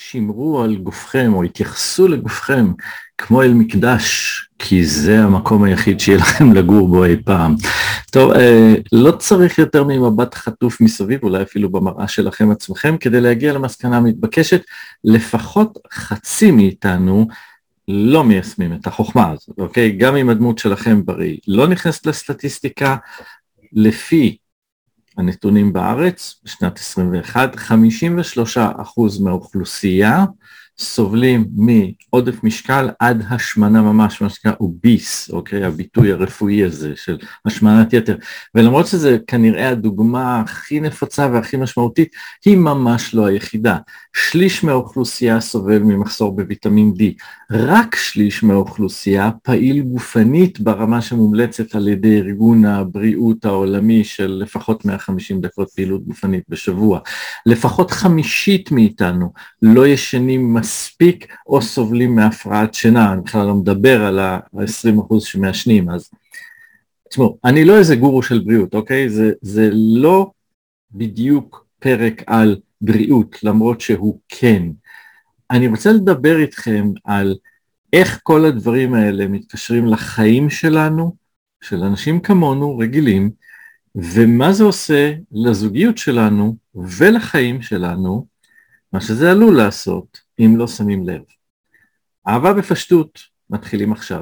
שמרו על גופכם או התייחסו לגופכם כמו אל מקדש, כי זה המקום היחיד שיהיה לכם לגור בו אי פעם. טוב, לא צריך יותר ממבט חטוף מסביב, אולי אפילו במראה שלכם עצמכם, כדי להגיע למסקנה המתבקשת. לפחות חצי מאיתנו לא מיישמים את החוכמה הזאת, אוקיי? גם אם הדמות שלכם בריא לא נכנסת לסטטיסטיקה, לפי הנתונים בארץ, בשנת 21, 53% מהאוכלוסייה סובלים מעודף משקל עד השמנה ממש, מה שנקרא אוביס, אוקיי? הביטוי הרפואי הזה של השמנת יתר. ולמרות שזה כנראה הדוגמה הכי נפוצה והכי משמעותית, היא ממש לא היחידה. שליש מהאוכלוסייה סובל ממחסור בוויטמין D. רק שליש מהאוכלוסייה פעיל גופנית ברמה שמומלצת על ידי ארגון הבריאות העולמי של לפחות 150 דקות פעילות גופנית בשבוע. לפחות 50% מאיתנו לא ישנים מספיק או סובלים מהפרעת שינה. אני בכלל לא מדבר על ה-20% שמעשנים. אז תשמעו, אני לא איזה גורו של בריאות, אוקיי? זה לא בדיוק פרק על בריאות, למרות שהוא כן. אני רוצה לדבר איתכם על איך כל הדברים האלה מתקשרים לחיים שלנו, של אנשים כמונו, רגילים, ומה זה עושה לזוגיות שלנו ולחיים שלנו, מה שזה עלול לעשות, אם לא שמים לב. אהבה בפשטות, מתחילים עכשיו.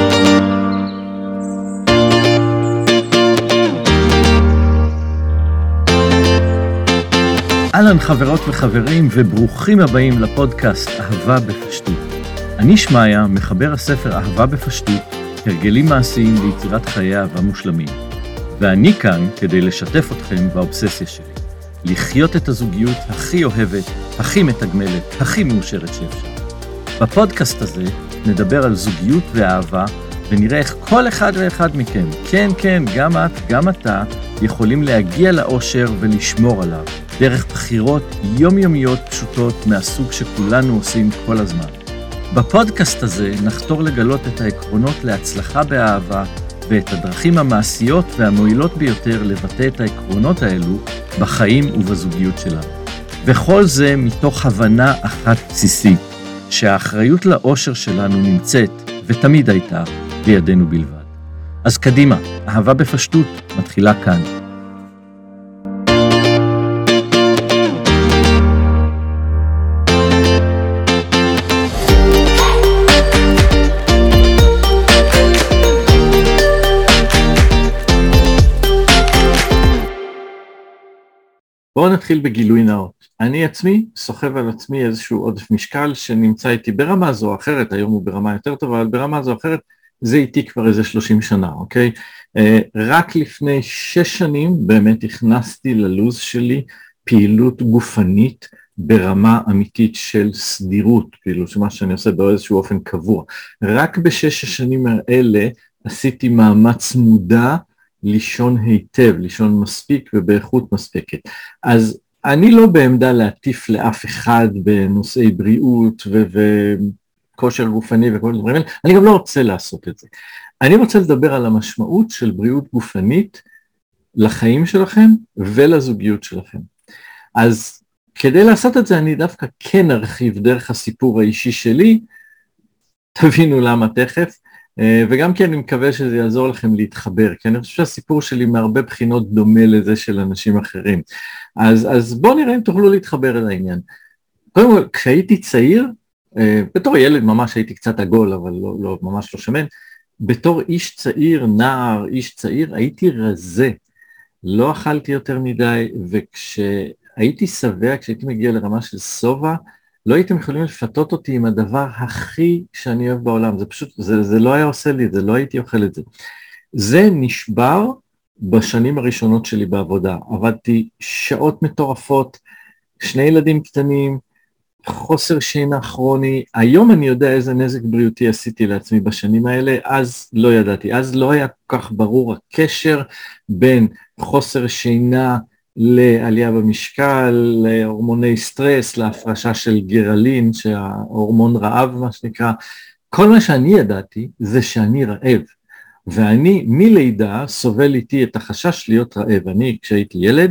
אהלן חברות וחברים וברוכים הבאים לפודקאסט אהבה בפשטות. אני שמעיה, מחבר הספר אהבה בפשטות, הרגלים מעשיים ליצירת חיי אהבה מושלמים. ואני כאן כדי לשתף אתכם באובססיה שלי. לחיות את הזוגיות הכי אוהבת, הכי מתגמלת, הכי מאושרת שאפשר. בפודקאסט הזה נדבר על זוגיות ואהבה, ונראה איך כל אחד ואחד מכם, כן, גם את, גם אתה, יכולים להגיע לאושר ולשמור עליו, דרך בחירות יומיומיות פשוטות מהסוג שכולנו עושים כל הזמן. בפודקאסט הזה נחתור לגלות את העקרונות להצלחה באהבה, ואת הדרכים המעשיות והמועילות ביותר לבטא את העקרונות האלו בחיים ובזוגיות שלנו. וכל זה מתוך הבנה אחת בסיסית, שהאחריות לאושר שלנו נמצאת ותמיד הייתה בידינו בלבד. אז קדימה, אהבה בפשטות מתחילה כאן. בואו נתחיל בגילוי נאות. אני עצמי סוחב על עצמי איזשהו עודף משקל שנמצא איתי ברמה זו או אחרת, היום הוא ברמה יותר טובה, אבל ברמה זו או אחרת זה איתי כבר איזה 30 שנה, אוקיי? רק לפני 6 שנים באמת הכנסתי ללוז שלי פעילות גופנית ברמה אמיתית של סדירות, כאילו שמה שאני עושה באיזשהו אופן קבוע. רק ב6 השנים האלה עשיתי מאמץ מודע לישון היטב, לישון מספיק ובאיכות מספקת. אז אני לא בעמדה להטיף לאף אחד בנושאי בריאות וכושר גופני וכל דברים האלה, אני גם לא רוצה לעשות את זה. אני רוצה לדבר על המשמעות של בריאות גופנית לחיים שלכם ולזוגיות שלכם. אז כדי לעשות את זה אני דווקא כן ארחיב דרך הסיפור האישי שלי, תבינו למה תכף, וגם כי אני מקווה שזה יעזור לכם להתחבר, כי אני חושב שהסיפור שלי מהרבה בחינות דומה לזה של אנשים אחרים. אז בואו נראה אם תוכלו להתחבר אל העניין. קודם כל, כשהייתי צעיר, בתור ילד ממש הייתי קצת עגול, אבל ממש לא שמן, בתור איש צעיר, נער, איש צעיר, הייתי רזה, לא אכלתי יותר מדי, וכשהייתי שבע, כשהייתי מגיע לרמה של סובה, לא הייתם יכולים לפתות אותי עם הדבר הכי שאני אוהב בעולם, זה פשוט, זה לא היה עושה לי את זה, לא הייתי אוכל את זה. זה נשבר בשנים הראשונות שלי בעבודה, עבדתי שעות מטורפות, 2 ילדים קטנים, חוסר שינה כרוני, היום אני יודע איזה נזק בריאותי עשיתי לעצמי בשנים האלה, אז לא ידעתי, אז לא היה כל כך ברור הקשר בין חוסר שינה, לעלייה במשקל, להורמוני סטרס, להפרשה של גרלין, שההורמון רעב מה שנקרא. כל מה שאני ידעתי זה שאני רעב, ואני מלידה סובל איתי את החשש להיות רעב. אני כשהייתי ילד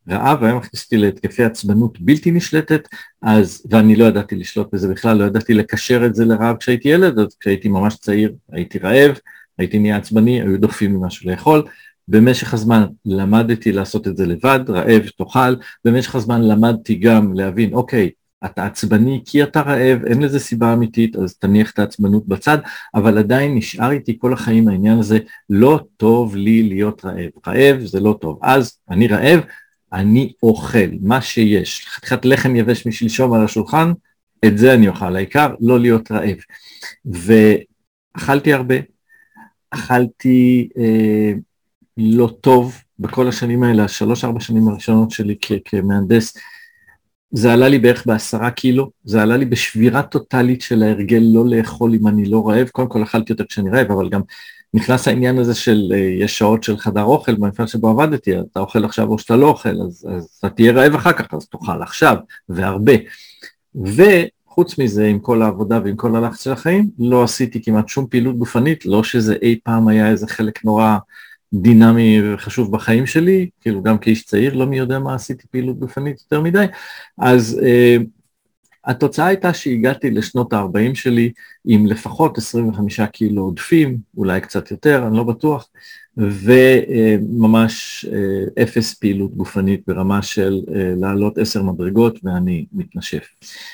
רעב, והיה מכניס אותי להתקפי עצבנות בלתי נשלטת, ואני לא ידעתי לשלוט בזה בכלל, לא ידעתי לקשר את זה לרעב כשהייתי ילד, אז כשהייתי ממש צעיר הייתי רעב, הייתי נהיה עצבני, היו דוחפים לי משהו לאכול, במשך הזמן למדתי לעשות את זה לבד, רעב תאכל, במשך הזמן למדתי גם להבין, אוקיי, אתה עצבני כי אתה רעב, אין לזה סיבה אמיתית, אז תניח את העצבנות בצד, אבל עדיין נשאר איתי כל החיים העניין הזה, לא טוב לי להיות רעב, רעב זה לא טוב, אז אני רעב, אני אוכל, מה שיש, חתיכת לחם יבש משלשום על השולחן, את זה אני אוכל, העיקר לא להיות רעב, ואכלתי הרבה, אכלתי לא טוב בכל השנים האלה, 3-4 שנים הראשונות שלי כמהנדס, זה עלה לי בערך ב10 קילו, זה עלה לי בשבירה טוטלית של ההרגל לא לאכול אם אני לא רעב, קודם כל אכלתי יותר כשאני רעב, אבל גם נכנס העניין הזה של יש שעות של חדר אוכל, במפעל שבו עבדתי, אתה אוכל עכשיו או שאתה לא אוכל, אז אתה תהיה רעב אחר כך, אז תאכל עכשיו, והרבה. וחוץ מזה, עם כל העבודה ועם כל הלחץ של החיים, לא עשיתי כמעט שום פעילות גופנית, לא שזה אי פעם היה איזה חלק נורא דינמי וחשוב בחיים שלי, כאילו גם כאיש צעיר, לא מי יודע מה עשיתי פעילות גופנית יותר מדי, אז התוצאה הייתה שהגעתי לשנות ה-40 שלי עם לפחות 25 קילו עודפים, אולי קצת יותר, אני לא בטוח, וממש אפס פעילות גופנית ברמה של לעלות 10 מדרגות ואני מתנשף.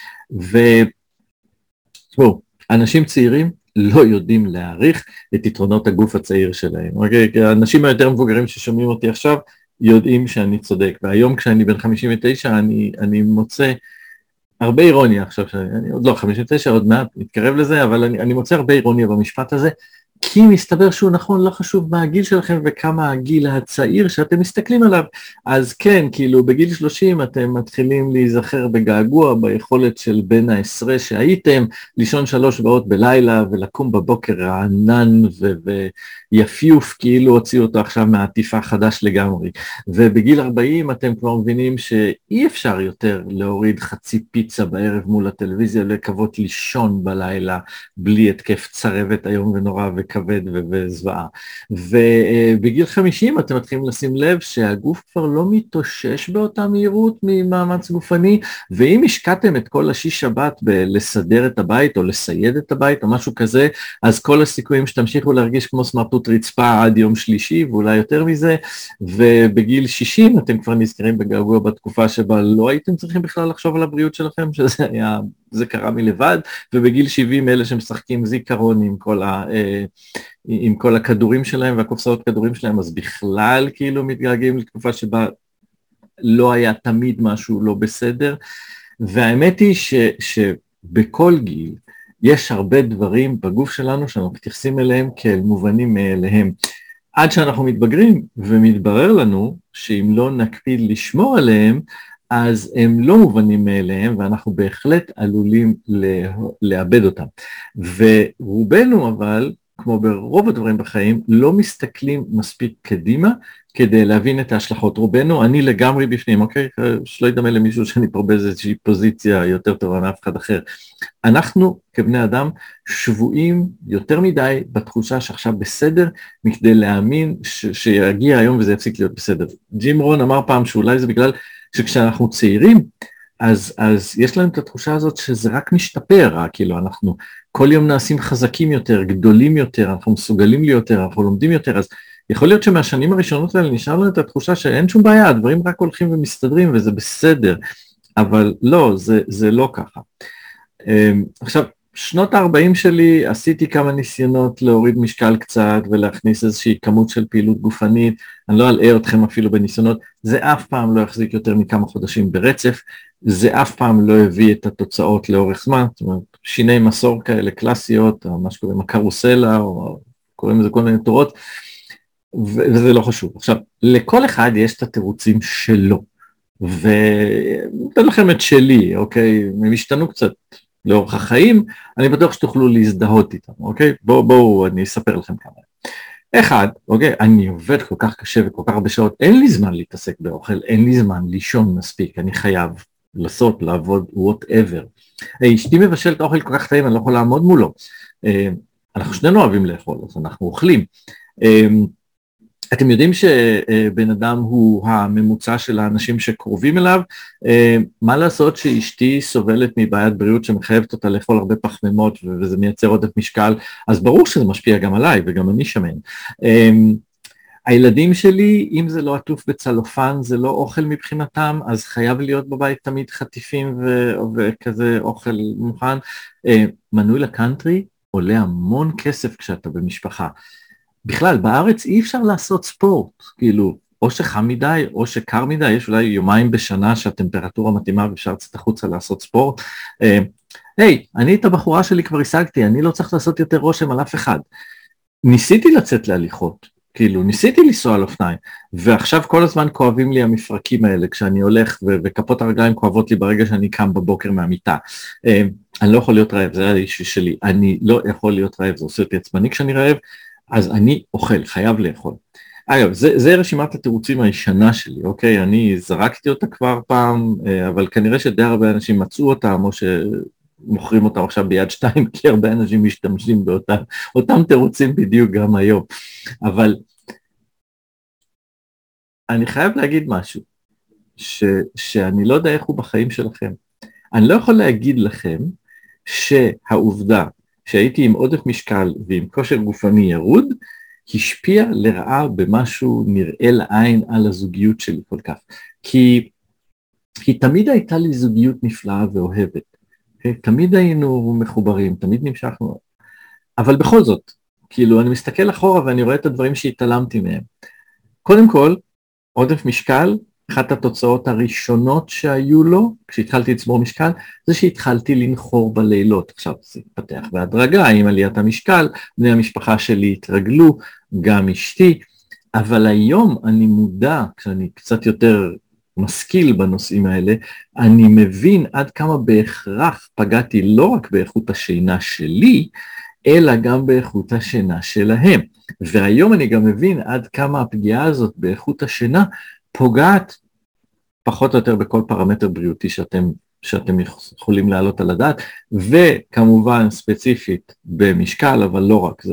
ותראו, אנשים צעירים לא יודעים להעריך את יתרונות הגוף הצעיר שלהם. האנשים היותר מבוגרים ששומעים אותי עכשיו יודעים שאני צודק, והיום כשאני בן 59 אני מוצא הרבה אירוניה עכשיו, אני עוד לא 59, עוד מעט מתקרב לזה, אבל אני מוצא הרבה אירוניה במשפט הזה, כי מסתבר שהוא נכון, לא חשוב מה הגיל שלכם וכמה הגיל הצעיר שאתם מסתכלים עליו, אז כן, כאילו בגיל 30 אתם מתחילים להיזכר בגעגוע, ביכולת של בין העשרה שהייתם, לישון 3 שעות בלילה ולקום בבוקר רענן ויפיוף, כאילו הוציאו אותו עכשיו מהעטיפה חדש לגמרי, ובגיל 40 אתם כבר מבינים שאי אפשר יותר להוריד חצי פיצה בערב מול הטלוויזיה, לקוות לישון בלילה בלי התקף צרבת היום ונורא כבד וזוועה. ובגיל 50 אתם מתחילים לשים לב שהגוף כבר לא מתאושש באותה מהירות ממאמץ גופני, ואם השקעתם את כל השיש שבת בלסדר את הבית או לסייד את הבית או משהו כזה, אז כל הסיכויים שתמשיכו להרגיש כמו סמרטוט רצפה עד יום שלישי ואולי יותר מזה, ובגיל 60 אתם כבר נזכרים בגעגוע בתקופה שבה לא הייתם צריכים בכלל לחשוב על הבריאות שלכם, שזה היה, זה קרה מלבד, ובגיל 70 אלה שמשחקים זיכרון עם כל הכדורים שלהם והקופסאות כדורים שלהם, אז בכלל כאילו מתגעגעים לתקופה שבה לא היה תמיד משהו לא בסדר, והאמת היא שבכל גיל יש הרבה דברים בגוף שלנו שאנחנו מתייחסים אליהם כאל מובנים מאליהם, עד שאנחנו מתבגרים ומתברר לנו שאם לא נקפיד לשמור עליהם, אז הם לא מובנים מאליהם, ואנחנו בהחלט עלולים לאבד אותם. ורובנו אבל, כמו ברוב הדברים בחיים, לא מסתכלים מספיק קדימה, כדי להבין את ההשלכות. רובנו, אני לגמרי בפנים, אוקיי? שלא ידמה למישהו שאני פה באיזושהי פוזיציה יותר טובה מאף אחד אחר. אנחנו כבני אדם שבועים יותר מדי בתחושה שעכשיו בסדר, מכדי להאמין שיגיע היום וזה יפסיק להיות בסדר. ג'ים רון אמר פעם שאולי זה בגלל שכשאנחנו צעירים, אז יש לנו את התחושה הזאת שזה רק משתפר, כאילו אנחנו כל יום נעשים חזקים יותר, גדולים יותר, אנחנו מסוגלים להיות יותר, אנחנו לומדים יותר, אז יכול להיות שמהשנים הראשונות האלה נשאר לנו את התחושה שאין שום בעיה, הדברים רק הולכים ומסתדרים וזה בסדר, אבל לא, זה לא ככה. עכשיו, שנות ה-40 שלי עשיתי כמה ניסיונות להוריד משקל קצת ולהכניס איזושהי כמות של פעילות גופנית, אני לא אלאה אתכם אפילו בניסיונות, זה אף פעם לא יחזיק יותר מכמה חודשים ברצף, זה אף פעם לא הביא את התוצאות לאורך זמן, זאת אומרת, שיני מסור כאלה קלאסיות, או מה שקוראים הקרוסלה, או קוראים לזה כל מיני תורות, וזה לא חשוב. עכשיו, לכל אחד יש את התירוצים שלו, ונתן לכם את שלי, אוקיי? הם השתנו קצת לאורך החיים, אני בטוח שתוכלו להזדהות איתם, אוקיי? בואו אני אספר לכם כמה. אחד, אוקיי, אני עובד כל כך קשה וכל כך הרבה שעות, אין לי זמן להתעסק באוכל, אין לי זמן לישון מספיק, אני חייב לעבוד, whatever. אשתי מבשלת אוכל כל כך טעים, אני לא יכול לעמוד מולו. אנחנו שנינו אוהבים לאכול, אז אנחנו אוכלים. אתם יודעים שבן אדם הוא הממוצע של האנשים שקרובים אליו, מה לעשות שאשתי סובלת מבעיית בריאות שמחייבת אותה לאכול הרבה פחמימות וזה מייצר עודף משקל, אז ברור שזה משפיע גם עליי וגם אני שמן. הילדים שלי, אם זה לא עטוף בצלופן, זה לא אוכל מבחינתם, אז חייב להיות בבית תמיד חטיפים וכזה אוכל מוכן. מנוי לקאנטרי עולה המון כסף כשאתה במשפחה. בכלל, בארץ אי אפשר לעשות ספורט, כאילו, או שחם מדי, או שקר מדי, יש אולי יומיים בשנה שהטמפרטורה מתאימה ואפשר לצאת החוצה לעשות ספורט. היי, אני את הבחורה שלי כבר השגתי, אני לא צריך לעשות יותר רושם על אף אחד. ניסיתי לצאת להליכות, כאילו, ניסיתי לנסוע על אופניים, ועכשיו כל הזמן כואבים לי המפרקים האלה, כשאני הולך וכפות הרגליים כואבות לי ברגע שאני קם בבוקר מהמיטה. אני לא יכול להיות רעב, זה האישי שלי, אני לא יכול להיות רעב, זה עושה אותי עצמני כשאני רעב, אז אני אוכל, חייב לאכול. אגב, זה רשימת התירוצים הישנה שלי, אוקיי? אני זרקתי אותה כבר פעם, אבל כנראה שדי הרבה אנשים מצאו אותם, או שמוכרים אותם עכשיו ביד שתיים, כי הרבה אנשים משתמשים באותם תירוצים בדיוק גם היום. אבל אני חייב להגיד משהו, שאני לא יודע איך הוא בחיים שלכם. אני לא יכול להגיד לכם שהעובדה שהייתי עם עודף משקל ועם כושר גופני ירוד, השפיע לרעה במשהו נראה לעין על הזוגיות שלי כל כך. כי תמיד הייתה לי זוגיות נפלאה ואוהבת. תמיד היינו מחוברים, תמיד נמשכנו. אבל בכל זאת, כאילו אני מסתכל אחורה ואני רואה את הדברים שהתעלמתי מהם. קודם כל, עודף משקל, אחת התוצאות הראשונות שהיו לו, כשהתחלתי לצבור משקל, זה שהתחלתי לנחור בלילות. עכשיו זה התפתח בהדרגה, עם עליית המשקל, בני המשפחה שלי התרגלו, גם אשתי, אבל היום אני מודע, כשאני קצת יותר משכיל בנושאים האלה, אני מבין עד כמה בהכרח פגעתי לא רק באיכות השינה שלי, אלא גם באיכות השינה שלהם. והיום אני גם מבין עד כמה הפגיעה הזאת באיכות השינה פוגעת פחות או יותר בכל פרמטר בריאותי שאתם יכולים להעלות על הדעת, וכמובן ספציפית במשקל, אבל לא רק,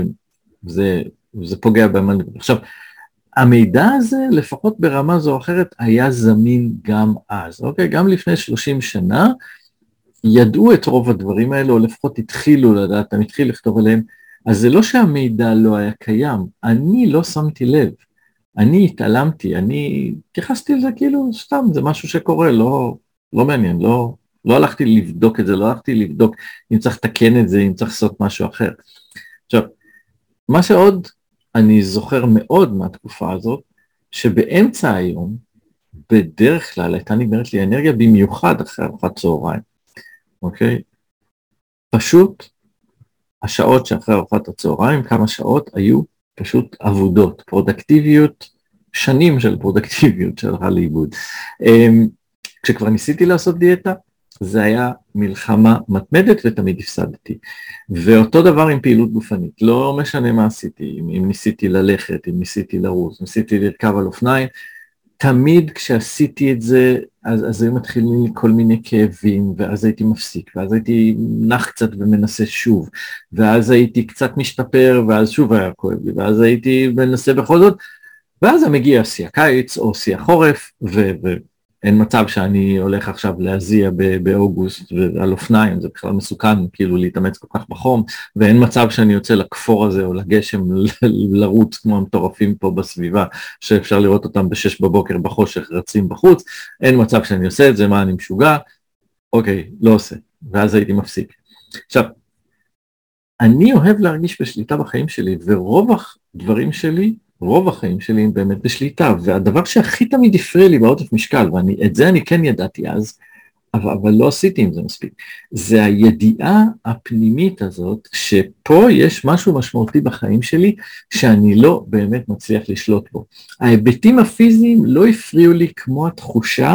זה פוגע בהמון. עכשיו, המידע הזה, לפחות ברמה זו או אחרת, היה זמין גם אז, אוקיי? גם לפני 30 שנה, ידעו את רוב הדברים האלה, או לפחות התחילו לדעת, הם התחילו לכתוב עליהם, אז זה לא שהמידע לא היה קיים, אני לא שמתי לב, אני התעלמתי, אני התייחסתי לזה כאילו סתם, זה משהו שקורה, לא מעניין, לא הלכתי לבדוק את זה, לא הלכתי לבדוק אם צריך לתקן את זה, אם צריך לעשות משהו אחר. עכשיו, מה שעוד אני זוכר מאוד מהתקופה הזאת, שבאמצע היום, בדרך כלל הייתה נגמרת לי אנרגיה, במיוחד אחרי ארוחת צהריים, אוקיי? פשוט, השעות שאחרי ארוחת הצהריים, כמה שעות היו פשוט עבודות, פרודקטיביות, שנים של פרודקטיביות שהלכה לאיבוד. כשכבר ניסיתי לעשות דיאטה, זה היה מלחמה מתמדת ותמיד הפסדתי. ואותו דבר עם פעילות גופנית, לא משנה מה עשיתי, אם ניסיתי ללכת, אם ניסיתי לרוץ, ניסיתי לרכב על אופניים, תמיד כשעשיתי את זה, אז היו מתחילים לי כל מיני כאבים, ואז הייתי מפסיק, ואז הייתי נח קצת ומנסה שוב, ואז הייתי קצת משתפר, ואז שוב היה כואב לי, ואז הייתי מנסה בכל זאת, ואז מגיע שיא הקיץ או שיא החורף, ואין מצב שאני הולך עכשיו להזיע באוגוסט על אופניים, זה בכלל מסוכן כאילו להתאמץ כל כך בחום, ואין מצב שאני יוצא לכפור הזה או לגשם לרוץ כמו המטורפים פה בסביבה, שאפשר לראות אותם ב6 בבוקר בחושך רצים בחוץ, אין מצב שאני עושה את זה, מה אני משוגע, אוקיי, לא עושה, ואז הייתי מפסיק. עכשיו, אני אוהב להרגיש בשליטה בחיים שלי, ורוב הדברים שלי, רוב החיים שלי הם באמת בשליטה, והדבר שהכי תמיד הפריע לי בעודף משקל, ואת זה אני כן ידעתי אז, אבל לא עשיתי עם זה מספיק, זה הידיעה הפנימית הזאת, שפה יש משהו משמעותי בחיים שלי, שאני לא באמת מצליח לשלוט בו. ההיבטים הפיזיים לא הפריעו לי כמו התחושה,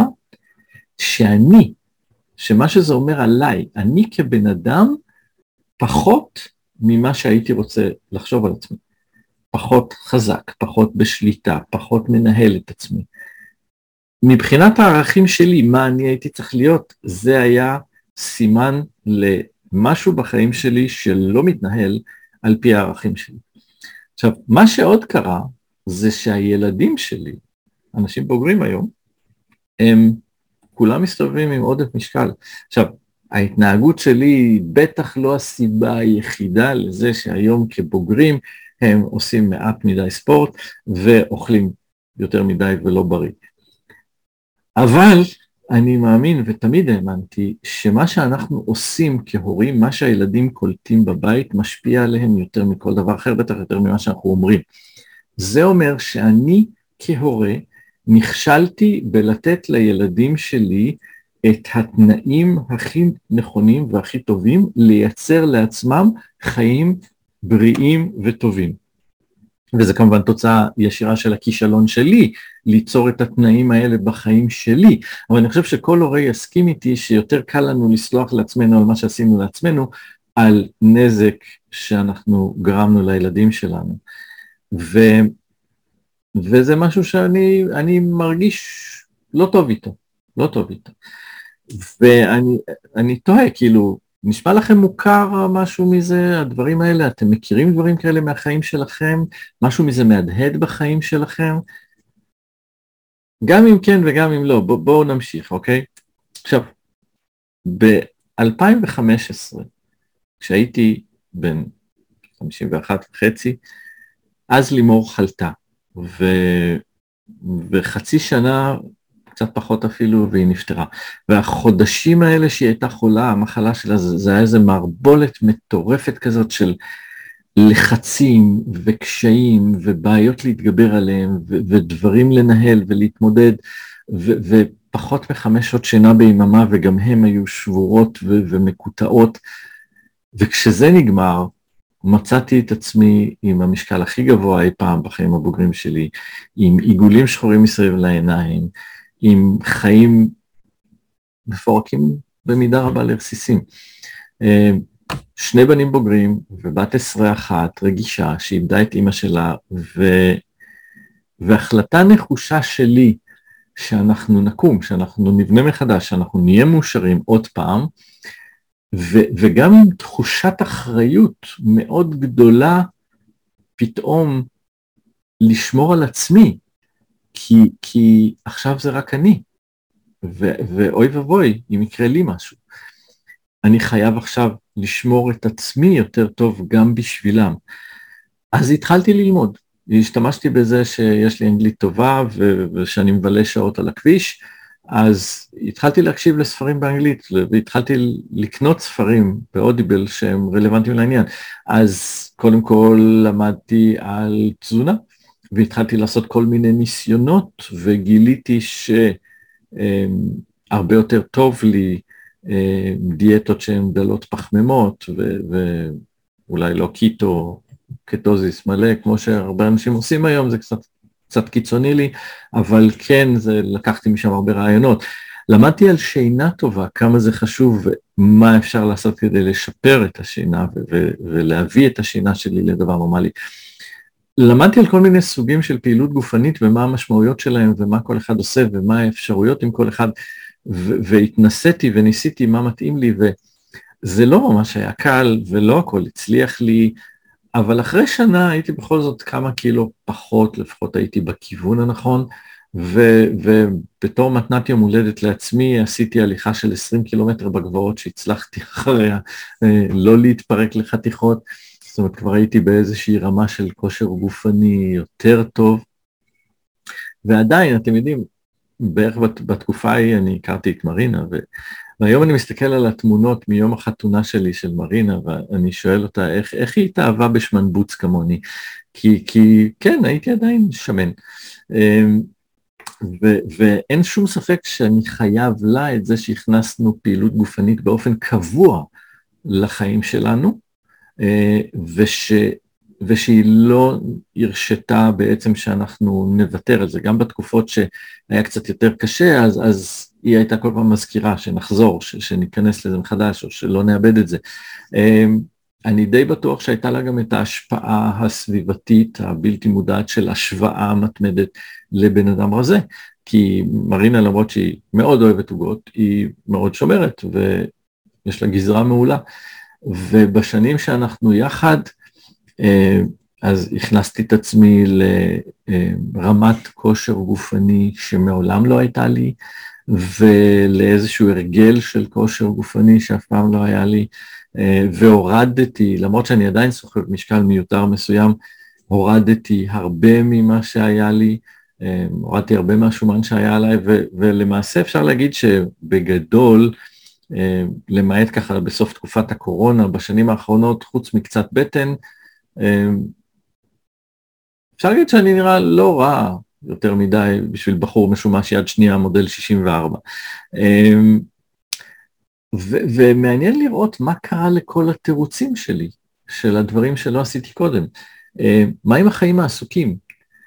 שמה שזה אומר עליי, אני כבן אדם, פחות ממה שהייתי רוצה לחשוב על עצמי. פחות חזק, פחות בשליטה, פחות מנהל את עצמי. מבחינת הערכים שלי, מה אני הייתי צריך להיות, זה היה סימן למשהו בחיים שלי שלא מתנהל על פי הערכים שלי. עכשיו, מה שעוד קרה, זה שהילדים שלי, אנשים בוגרים היום, הם כולם מסתובבים עם עודף משקל. עכשיו, ההתנהגות שלי היא בטח לא הסיבה היחידה לזה שהיום כבוגרים הם עושים מעט מדי ספורט ואוכלים יותר מדי ולא בריא. אבל אני מאמין ותמיד האמנתי שמה שאנחנו עושים כהורים, מה שהילדים קולטים בבית משפיע עליהם יותר מכל דבר אחר, בטח יותר ממה שאנחנו אומרים. זה אומר שאני כהורה נכשלתי בלתת לילדים שלי את התנאים הכי נכונים והכי טובים לייצר לעצמם חיים בריאים וטובים. וזה כמובן תוצאה ישירה של הכישלון שלי, ליצור את התנאים האלה בחיים שלי. אבל אני חושב שכל הורה יסכים איתי שיותר קל לנו לסלוח לעצמנו על מה שעשינו לעצמנו, על נזק שאנחנו גרמנו לילדים שלנו. וזה משהו שאני מרגיש לא טוב איתו, לא טוב איתו. ואני תוהה, כאילו, נשמע לכם מוכר משהו מזה, הדברים האלה, אתם מכירים דברים כאלה מהחיים שלכם, משהו מזה מהדהד בחיים שלכם? גם אם כן וגם אם לא, בואו נמשיך, אוקיי? עכשיו, ב-2015, כשהייתי בן 51 וחצי, אז לימור חלתה, וחצי שנה, קצת פחות אפילו, והיא נפטרה. והחודשים האלה שהיא הייתה חולה, המחלה שלה, זה היה איזה מערבולת מטורפת כזאת של לחצים וקשיים ובעיות להתגבר עליהם, ודברים לנהל ולהתמודד, ופחות מ5 שעות שינה ביממה, וגם הם היו שבורות ומקוטעות. וכשזה נגמר, מצאתי את עצמי עם המשקל הכי גבוה אי פעם בחיים הבוגרים שלי, עם עיגולים שחורים מסביב לעיניים, עם חיים מפורקים במידה רבה לרסיסים. 2 בנים בוגרים ובת 21 רגישה שאיבדה את אמא שלה, והחלטה נחושה שלי שאנחנו נקום, שאנחנו נבנה מחדש, שאנחנו נהיה מאושרים עוד פעם, וגם עם תחושת אחריות מאוד גדולה פתאום לשמור על עצמי, כי עכשיו זה רק אני, ואוי ובוי אם יקרה לי משהו. אני חייב עכשיו לשמור את עצמי יותר טוב גם בשבילם. אז התחלתי ללמוד, השתמשתי בזה שיש לי אנגלית טובה ושאני מבלה שעות על הכביש, אז התחלתי להקשיב לספרים באנגלית, והתחלתי לקנות ספרים באודיבל שהם רלוונטיים לעניין. אז קודם כל למדתי על תזונה, והתחלתי לעשות כל מיני ניסיונות, וגיליתי שהרבה יותר טוב לי דיאטות שהן דלות פחמימות, ואולי לא קיטו, קטוזיס מלא, כמו שהרבה אנשים עושים היום, זה קצת קיצוני לי, אבל כן, לקחתי משם הרבה רעיונות. למדתי על שינה טובה, כמה זה חשוב, ומה אפשר לעשות כדי לשפר את השינה, ולהביא את השינה שלי לדבר נורמלי. למדתי על כל מיני סוגים של פעילות גופנית, ומה המשמעויות שלהם, ומה כל אחד עושה, ומה האפשרויות עם כל אחד, והתנסיתי וניסיתי מה מתאים לי, וזה לא ממש היה קל, ולא הכל הצליח לי, אבל אחרי שנה הייתי בכל זאת כמה קילו פחות, לפחות הייתי בכיוון הנכון, ובתור מתנת יום הולדת לעצמי, עשיתי הליכה של 20 קילומטר בגבעות, שהצלחתי אחריה לא להתפרק לחתיכות, זאת אומרת, כבר הייתי באיזושהי רמה של כושר גופני יותר טוב, ועדיין, אתם יודעים, בערך בתקופה ההיא אני הכרתי את מרינה, והיום אני מסתכל על התמונות מיום החתונה שלי של מרינה, ואני שואל אותה, איך היא התאהבה בשמנבוץ כמוני? כי כן, הייתי עדיין שמן. ואין שום ספק שאני חייב לה את זה שהכנסנו פעילות גופנית באופן קבוע לחיים שלנו, ושהיא לא הרשתה בעצם שאנחנו נוותר על זה. גם בתקופות שהיה קצת יותר קשה, אז היא הייתה כל פעם מזכירה שנחזור, שניכנס לזה מחדש, או שלא נאבד את זה. אני די בטוח שהייתה לה גם את ההשפעה הסביבתית, הבלתי מודעת של השוואה מתמדת לבן אדם רזה, כי מרינה, למרות שהיא מאוד אוהבת עוגות, היא מאוד שומרת, ויש לה גזרה מעולה. ובשנים שאנחנו יחד, אז הכנסתי את עצמי לרמת כושר גופני שמעולם לא הייתה לי, ולאיזשהו הרגל של כושר גופני שאף פעם לא היה לי, והורדתי, למרות שאני עדיין סוחב משקל מיותר מסוים, הורדתי הרבה ממה שהיה לי, הורדתי הרבה מהשומן שהיה עליי, ולמעשה אפשר להגיד שבגדול, למעט ככה בסוף תקופת הקורונה, בשנים האחרונות, חוץ מקצת בטן, אפשר להגיד שאני נראה לא רע יותר מדי בשביל בחור משומש יד שנייה מודל 64. ומעניין לראות מה קרה לכל התירוצים שלי, של הדברים שלא עשיתי קודם. מה עם החיים העסוקים?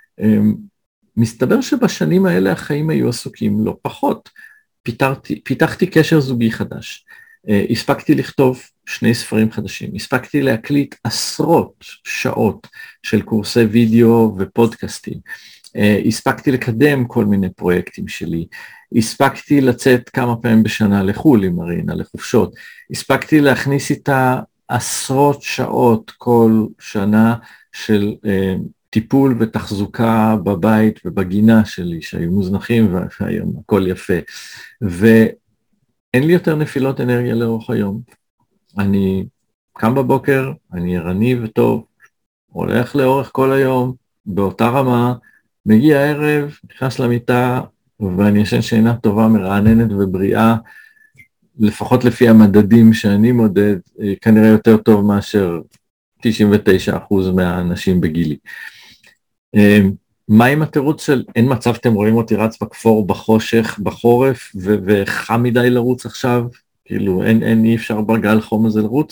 מסתבר שבשנים האלה החיים היו עסוקים לא פחות. פיתחתי קשר זוגי חדש, הספקתי לכתוב 2 ספרים חדשים, הספקתי להקליט עשרות שעות של קורסי וידאו ופודקאסטים, הספקתי לקדם כל מיני פרויקטים שלי, הספקתי לצאת כמה פעמים בשנה לחול עם מרינה, לחופשות, הספקתי להכניס איתה עשרות שעות כל שנה של טיפול ותחזוקה בבית ובגינה שלי, שהיו מוזנחים והיום הכל יפה. ואין לי יותר נפילות אנרגיה לאורך היום. אני קם בבוקר, אני ערני וטוב, הולך לאורך כל היום, באותה רמה, מגיע הערב, נכנס למיטה, ואני ישן שינה טובה, מרעננת ובריאה, לפחות לפי המדדים שאני מודד, כנראה יותר טוב מאשר 99% מהאנשים בגילי. מה עם התירוץ של אין מצב אתם רואים אותי רץ בכפור בחושך בחורף וחם מדי לרוץ עכשיו, כאילו אין אי אפשר בגל חום הזה לרוץ?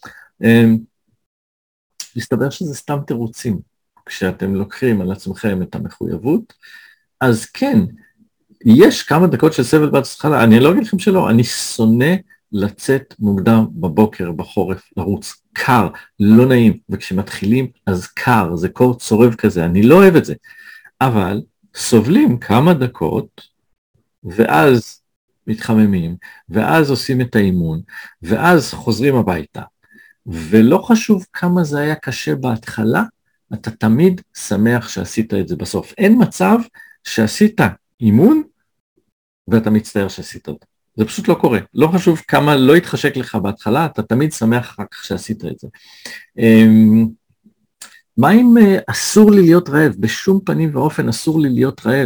מסתבר שזה סתם תירוצים. כשאתם לוקחים על עצמכם את המחויבות, אז כן, יש כמה דקות של סבל בהתחלה, אני לא אגיד לכם שלא, אני שונא לצאת מוקדם בבוקר בחורף לרוץ, קר, לא נעים, וכשמתחילים אז קר, זה קור צורב כזה, אני לא אוהב את זה, אבל סובלים כמה דקות, ואז מתחממים, ואז עושים את האימון, ואז חוזרים הביתה, ולא חשוב כמה זה היה קשה בהתחלה, אתה תמיד שמח שעשית את זה בסוף. אין מצב שעשית אימון, ואתה מצטער שעשית אותו. זה פשוט לא קורה. לא חשוב כמה לא יתחשק לך בהתחלה, אתה תמיד שמח אחר כך שעשית את זה. מה אם אסור לי להיות רעב? בשום פנים ואופן אסור לי להיות רעב.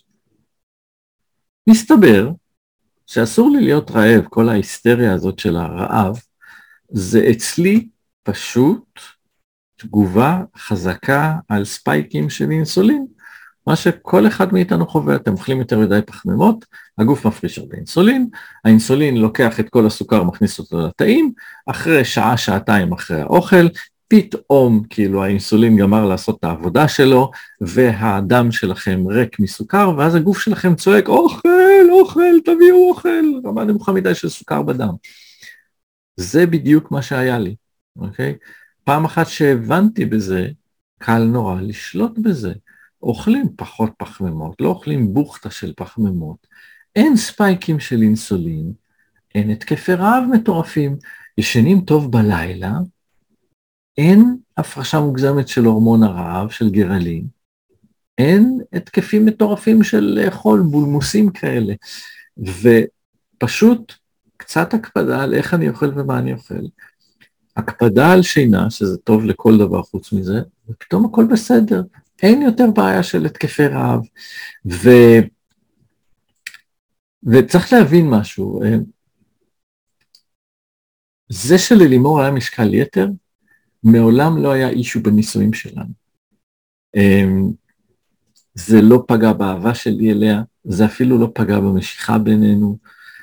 מסתבר שאסור לי להיות רעב, כל ההיסטריה הזאת של הרעב, זה אצלי פשוט תגובה חזקה על ספייקים של אינסולין, מה שכל אחד מאיתנו חווה. אתם אוכלים יותר מדי פחמימות, הגוף מפריש הרבה אינסולין, האינסולין לוקח את כל הסוכר, מכניס אותו לתאים, אחרי שעה, שעתיים אחרי האוכל, פתאום כאילו האינסולין גמר לעשות את העבודה שלו, והדם שלכם ריק מסוכר, ואז הגוף שלכם צועק, אוכל, תביאו אוכל, רמה נמוכה מדי של סוכר בדם. זה בדיוק מה שהיה לי, אוקיי? פעם אחת שהבנתי בזה, קל נורא לשלוט בזה. אוכלים פחות פחמימות, לא אוכלים בוכתה של פחמימות, אין ספייקים של אינסולין, אין התקפי רעב מטורפים, ישנים טוב בלילה, אין הפרשה מוגזמת של הורמון הרעב, של גרלין, אין התקפים מטורפים של לאכול בולמוסים כאלה, ופשוט קצת הקפדה על איך אני אוכל ומה אני אוכל, הקפדה על שינה, שזה טוב לכל דבר חוץ מזה, ופתאום הכל בסדר, אין יותר בעיה של התקפי רעב, וצריך להבין משהו, זה שללימור היה משקל יתר, מעולם לא היה אישו בניסויים שלנו. זה לא פגע באהבה שלי אליה, זה אפילו לא פגע במשיכה בינינו.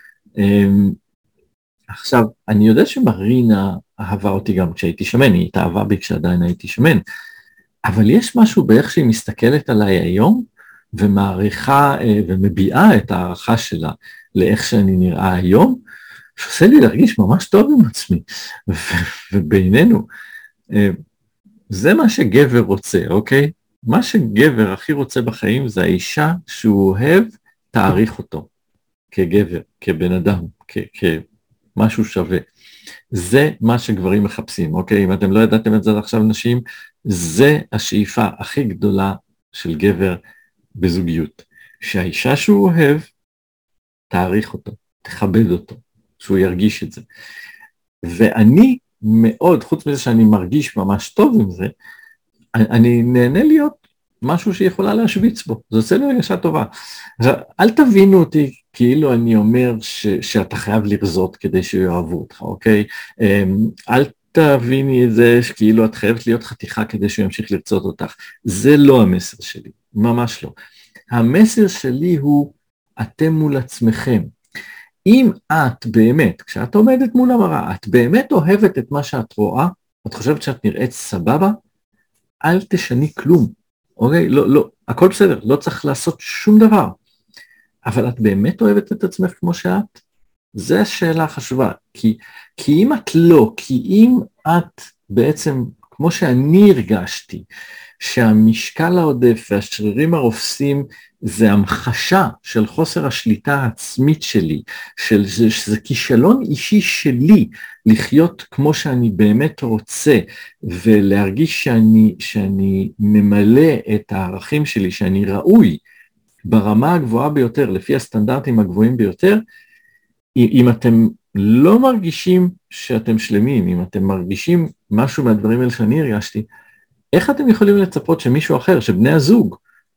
עכשיו, אני יודע שמרינה אהבה אותי גם כשהייתי שמן, היא התאהבה בי כשעדיין הייתי שמן, אבל יש משהו באיך שהיא מסתכלת עליי היום, ומעריכה ומביעה את הערכה שלה לאיך שאני נראה היום, שעושה לי להרגיש ממש טוב עם עצמי, ובינינו, זה מה שגבר רוצה, אוקיי? מה שגבר הכי רוצה בחיים זה האישה שהוא אוהב, תעריך אותו, כגבר, כבן אדם, כמשהו שווה. זה מה שגברים מחפשים, אוקיי? אם אתם לא ידעתם את זה עכשיו נשים, זה השאיפה הכי גדולה של גבר בזוגיות. שהאישה שהוא אוהב, תעריך אותו, תכבד אותו, שהוא ירגיש את זה. ואני מאוד, חוץ מזה שאני מרגיש ממש טוב עם זה, אני נהנה להיות משהו שיכולה להשוויץ בו, זה עושה לי הרגשה טובה. עכשיו, אל תבינו אותי כאילו אני אומר שאתה חייב לרזות כדי שיאהבו אותך, אוקיי? אל תביני את זה כאילו את חייבת להיות חתיכה כדי שהוא ימשיך לרצות אותך, זה לא המסר שלי, ממש לא. המסר שלי הוא אתם מול עצמכם. אם את באמת, כשאת עומדת מול המראה, את באמת אוהבת את מה שאת רואה, את חושבת שאת נראית סבבה, אל תשני כלום, אוקיי? לא, הכל בסדר, לא צריך לעשות שום דבר. אבל את באמת אוהבת את עצמך כמו שאת? זו השאלה החשובה. כי אם את לא, כי אם את בעצם, כמו שאני הרגשתי, שהמשקל העודף והשרירים הרופסים זה המחשה של חוסר השליטה העצמית שלי, שזה כישלון אישי שלי לחיות כמו שאני באמת רוצה, ולהרגיש שאני ממלא את הערכים שלי, שאני ראוי ברמה הגבוהה ביותר, לפי הסטנדרטים הגבוהים ביותר, אם אתם לא מרגישים שאתם שלמים, אם אתם מרגישים משהו מהדברים האלה שאני הרגשתי, איך אתם יכולים לצפות שמישהו אחר, שבני הזוג,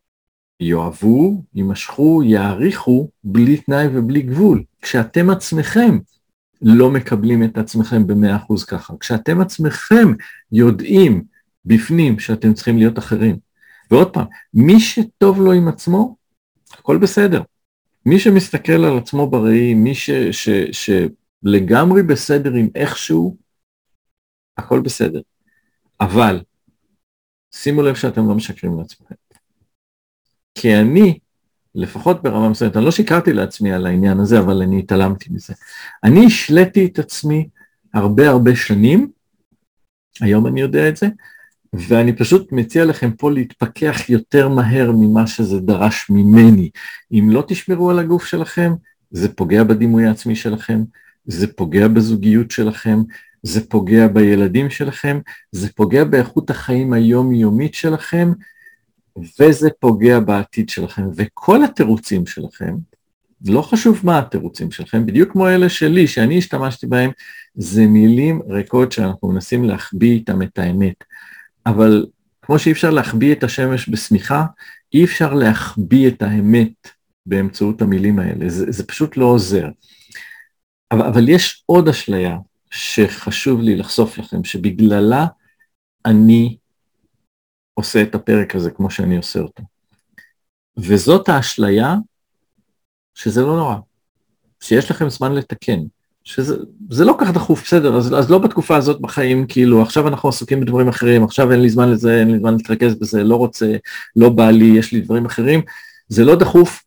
יאהבו, יימשכו, יעריכו, בלי תנאי ובלי גבול, כשאתם עצמכם לא מקבלים את עצמכם ב100% ככה, כשאתם עצמכם יודעים בפנים שאתם צריכים להיות אחרים. ועוד פעם, מי שטוב לו עם עצמו, הכל בסדר. מי שמסתכל על עצמו בראי, מי שלגמרי בסדר עם איכשהו, הכל בסדר. אבל, שימו לב שאתם לא משקרים לעצמכם. כי אני, לפחות ברמה מסוימת, אני לא שיקרתי לעצמי על העניין הזה, אבל אני התעלמתי מזה. אני השלטתי את עצמי הרבה שנים, היום אני יודע את זה, ואני פשוט מציע לכם פה להתפכח יותר מהר ממה שזה דרש ממני. אם לא תשמרו על הגוף שלכם, זה פוגע בדימוי העצמי שלכם, זה פוגע בזוגיות שלכם, זה פוגע בילדים שלכם, זה פוגע באיכות החיים היומיומית שלכם, וזה פוגע בעתיד שלכם. וכל התירוצים שלכם, לא חשוב מה התירוצים שלכם, בדיוק כמו אלה שלי, שאני השתמשתי בהם, זה מילים ריקות שאנחנו מנסים להחביא איתם את האמת. אבל כמו שאי אפשר להחביא את השמש בסמיכה, אי אפשר להחביא את האמת באמצעות המילים האלה, זה פשוט לא עוזר. אבל יש עוד אשליה שחשוב לי לחשוף לכם, שבגללה אני עושה את הפרק הזה כמו שאני עושה אותו. וזאת האשליה שזה לא נורא, שיש לכם זמן לתקן, שזה לא כך דחוף, בסדר, אז לא בתקופה הזאת בחיים, כאילו עכשיו אנחנו עסוקים בדברים אחרים, עכשיו אין לי זמן לזה, אין לי זמן להתרכז בזה, לא רוצה, לא בא לי, יש לי דברים אחרים, זה לא דחוף,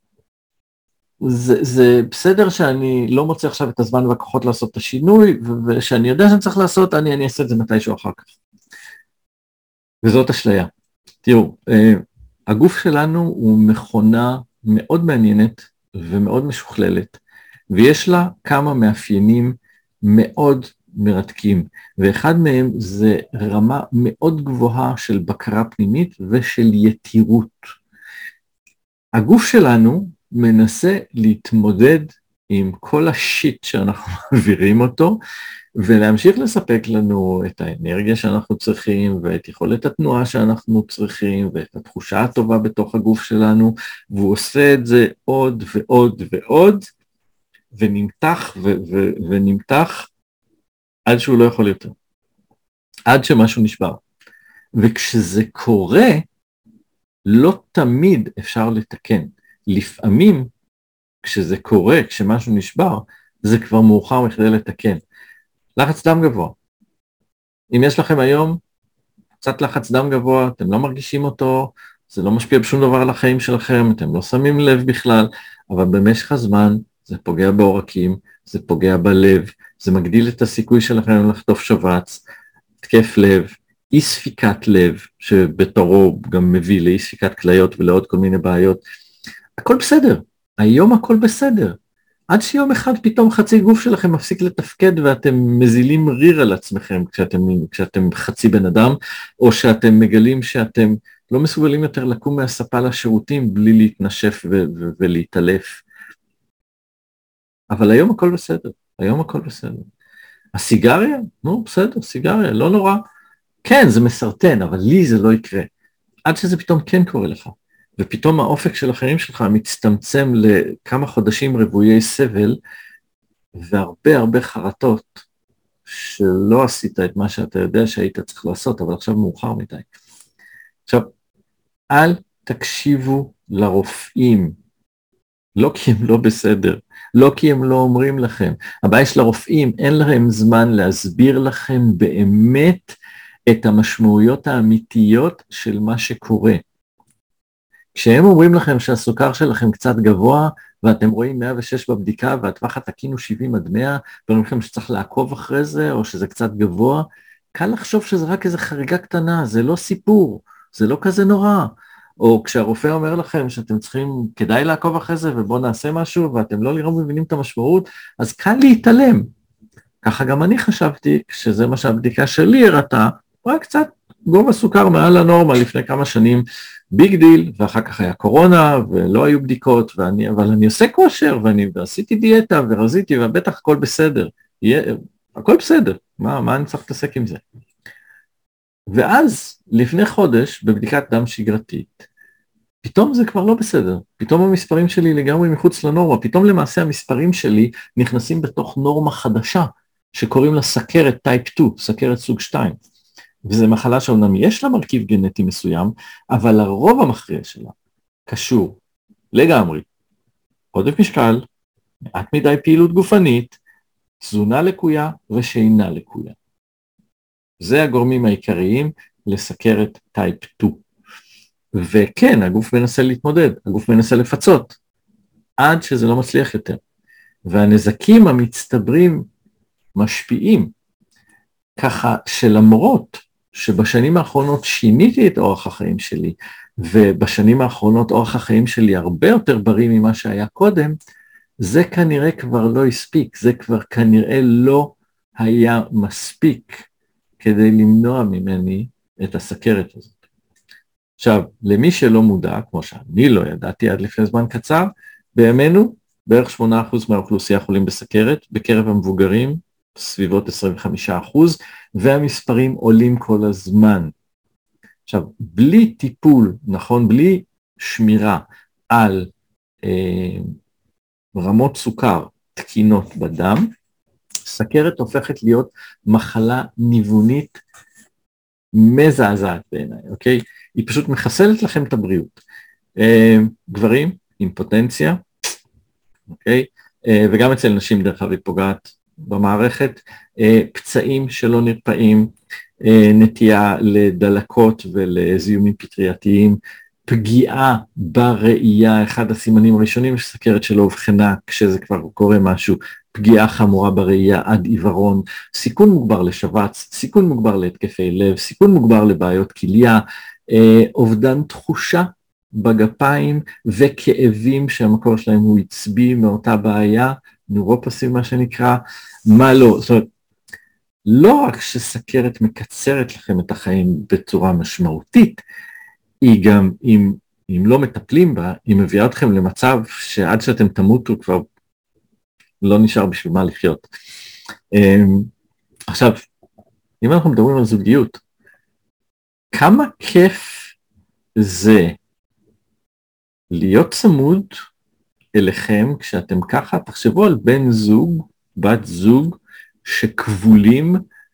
זה בסדר שאני לא מוצא עכשיו את הזמן והכוחות לעשות את השינוי, ושאני יודע שאני צריך לעשות, אני אעשה את זה מתישהו אחר כך. וזאת אשליה. תראו, הגוף שלנו הוא מכונה מאוד מעניינת ומאוד משוכללת, ויש לה כמה מאפיינים מאוד מרתקים, ואחד מהם זה רמה מאוד גבוהה של בקרה פנימית ושל יתירות. הגוף שלנו מנסה להתמודד עם כל השיט שאנחנו מעבירים אותו, ולהמשיך לספק לנו את האנרגיה שאנחנו צריכים, ואת יכולת התנועה שאנחנו צריכים, ואת התחושה הטובה בתוך הגוף שלנו, והוא עושה את זה עוד ועוד ועוד, ונמתח ונמתח, עד שהוא לא יכול יותר. עד שמשהו נשבר. וכשזה קורה, לא תמיד אפשר לתקן. לפעמים, כשזה קורה, כשמשהו נשבר, זה כבר מאוחר מכדי לתקן. לחץ דם גבוה. אם יש לכם היום קצת לחץ דם גבוה, אתם לא מרגישים אותו, זה לא משפיע בשום דבר על החיים שלכם, אתם לא שמים לב בכלל, אבל במשך הזמן זה פוגע בעורקים, זה פוגע בלב, זה מגדיל את הסיכוי שלכם לחטוף שבץ, תקף לב, אי ספיקת לב, שבתורו גם מביא לאי ספיקת כליות ולעוד כל מיני בעיות. הכל בסדר, היום הכל בסדר. עד שיום אחד פתאום חצי גוף שלכם מפסיק לתפקד ואתם מזילים ריר על עצמכם כשאתם חצי בן אדם, או שאתם מגלים שאתם לא מסוגלים יותר לקום מהספה לשירותים בלי להתנשף ולהתעלף. אבל היום הכל בסדר, היום הכל בסדר. הסיגריה? נו, בסדר, סיגריה, לא נורא. כן, זה מסרטן, אבל לי זה לא יקרה. עד שזה פתאום כן קורה לך. ופתאום האופק של החיים שלך מצטמצם לכמה חודשים רבויי סבל, והרבה הרבה חרטות, שלא עשית את מה שאתה יודע שהיית צריך לעשות, אבל עכשיו מאוחר מדי. עכשיו, אל תקשיבו לרופאים, לא כי הם לא בסדר, לא כי הם לא אומרים לכם. הבעיה של הרופאים, אין להם זמן להסביר לכם באמת את המשמעויות האמיתיות של מה שקורה. כשהם אומרים לכם שהסוכר שלכם קצת גבוה, ואתם רואים 106 בבדיקה, והטווח התקין הוא 70 עד 100, ואומרים לכם שצריך לעקוב אחרי זה, או שזה קצת גבוה, קל לחשוב שזה רק איזו חריגה קטנה, זה לא סיפור, זה לא כזה נורא. או כשהרופא אומר לכם שאתם צריכים, כדאי לעקוב אחרי זה, ובואו נעשה משהו, ואתם לא לראות מבינים את המשמעות, אז קל להתעלם. ככה גם אני חשבתי, שזה מה שהבדיקה שלי הראתה, רק קצת גובה סוכר מעל הנורמה לפני כמה שנים, ביג דיל, ואחר כך היה קורונה, ולא היו בדיקות, אבל אני עושה כושר, ועשיתי דיאטה, ורזיתי, ובטח הכל בסדר. הכל בסדר, מה אני צריך להתעסק עם זה? ואז, לפני חודש, בבדיקת דם שגרתית, פתאום זה כבר לא בסדר, פתאום המספרים שלי לגמרי מחוץ לנורמה, פתאום למעשה המספרים שלי נכנסים בתוך נורמה חדשה, שקוראים לה סכרת טייפ 2, סכרת סוג 2. וזו מחלה שאומנם יש לה מרכיב גנטי מסוים, אבל הרוב המכריע שלה קשור לגמרי. עודף משקל, מעט מדי פעילות גופנית, תזונה לקויה ושינה לקויה. זה הגורמים העיקריים לסכרת טייפ 2. וכן, הגוף מנסה להתמודד, הגוף מנסה לפצות, עד שזה לא מצליח יותר. והנזקים המצטברים משפיעים, ככה שלמרות שבשנים האחרונות שיניתי את אורח החיים שלי, ובשנים האחרונות אורח החיים שלי הרבה יותר בריא ממה שהיה קודם, זה כנראה כבר לא הספיק, זה כבר כנראה לא היה מספיק כדי למנוע ממני את הסכרת הזאת. עכשיו, למי שלא מודע, כמו שאני לא ידעתי עד לפני זמן קצר, בימינו בערך 8% מהאוכלוסייה חולים בסכרת, בקרב המבוגרים סביבות 25%, והמספרים עולים כל הזמן. עכשיו, בלי טיפול, נכון, בלי שמירה על רמות סוכר תקינות בדם, סכרת הופכת להיות מחלה ניוונית מזעזעת בעיניי, אוקיי? היא פשוט מחסלת לכם את הבריאות. גברים עם פוטנציה, אוקיי? וגם אצל נשים דרך אגב היא פוגעת במערכת, פצעים שלא נרפאים, נטייה לדלקות ולזיהומים פטרייתיים, פגיעה בראייה, אחד הסימנים הראשונים של סכרת שלא אובחנה כשזה כבר קורה משהו, פגיעה חמורה בראייה עד עיוורון, סיכון מוגבר לשבץ, סיכון מוגבר להתקפי לב, סיכון מוגבר לבעיות כליה, אובדן תחושה בגפיים וכאבים שהמקור שלהם הוא עצבי מאותה בעיה, נוירופתי מה שנקרא, מה לא, זאת אומרת, לא רק שסכרת מקצרת לכם את החיים בצורה משמעותית, היא גם, אם לא מטפלים בה, היא מביאה אתכם למצב שעד שאתם תמותו כבר לא נשאר בשביל מה לחיות. עכשיו, אם אנחנו מדברים על זוגיות, כמה כיף זה להיות צמוד אליכם כשאתם ככה, תחשבו על בן זוג, בת זוג, שכבולים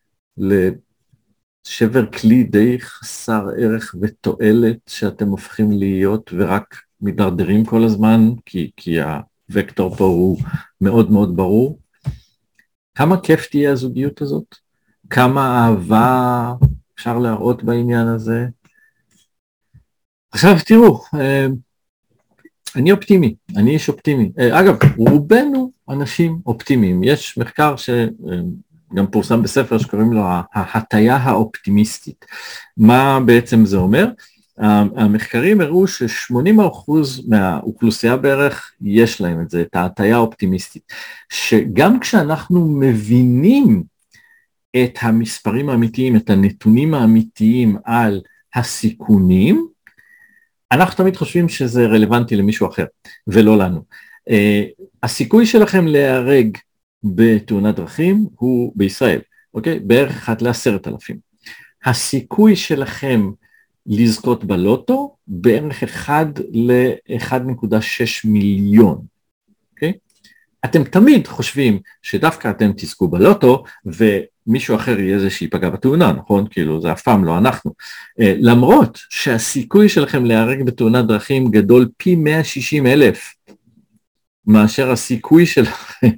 לשבר כלי די חסר ערך ותועלת שאתם הופכים להיות ורק מדרדרים כל הזמן, כי הוקטור פה הוא מאוד מאוד ברור. כמה כיף תהיה הזוגיות הזאת? כמה אהבה אפשר להראות בעניין הזה? עכשיו תראו, אני אופטימי, אני איש אופטימי. אגב, רובנו אנשים אופטימיים. יש מחקר שגם פורסם בספר שקוראים לו ההטיה האופטימיסטית. מה בעצם זה אומר? המחקרים הראו ש80% מהאוכלוסייה בערך יש להם את זה, את ההטיה האופטימיסטית, שגם כשאנחנו מבינים את המספרים האמיתיים, את הנתונים האמיתיים על הסיכונים, אנחנו תמיד חושבים שזה רלוונטי למישהו אחר, ולא לנו. הסיכוי שלכם להיהרג בתאונת דרכים הוא בישראל, אוקיי? בערך 1 ל10,000. הסיכוי שלכם לזכות בלוטו בערך 1 ל-1.6 מיליון, אוקיי? אתם תמיד חושבים שדווקא אתם תזכו בלוטו, ומישהו אחר יהיה זה שיפגע בתאונה, נכון? כאילו זה אף פעם לא אנחנו. למרות שהסיכוי שלכם להיהרג בתאונת דרכים גדול פי 160,000, מאשר הסיכוי שלכם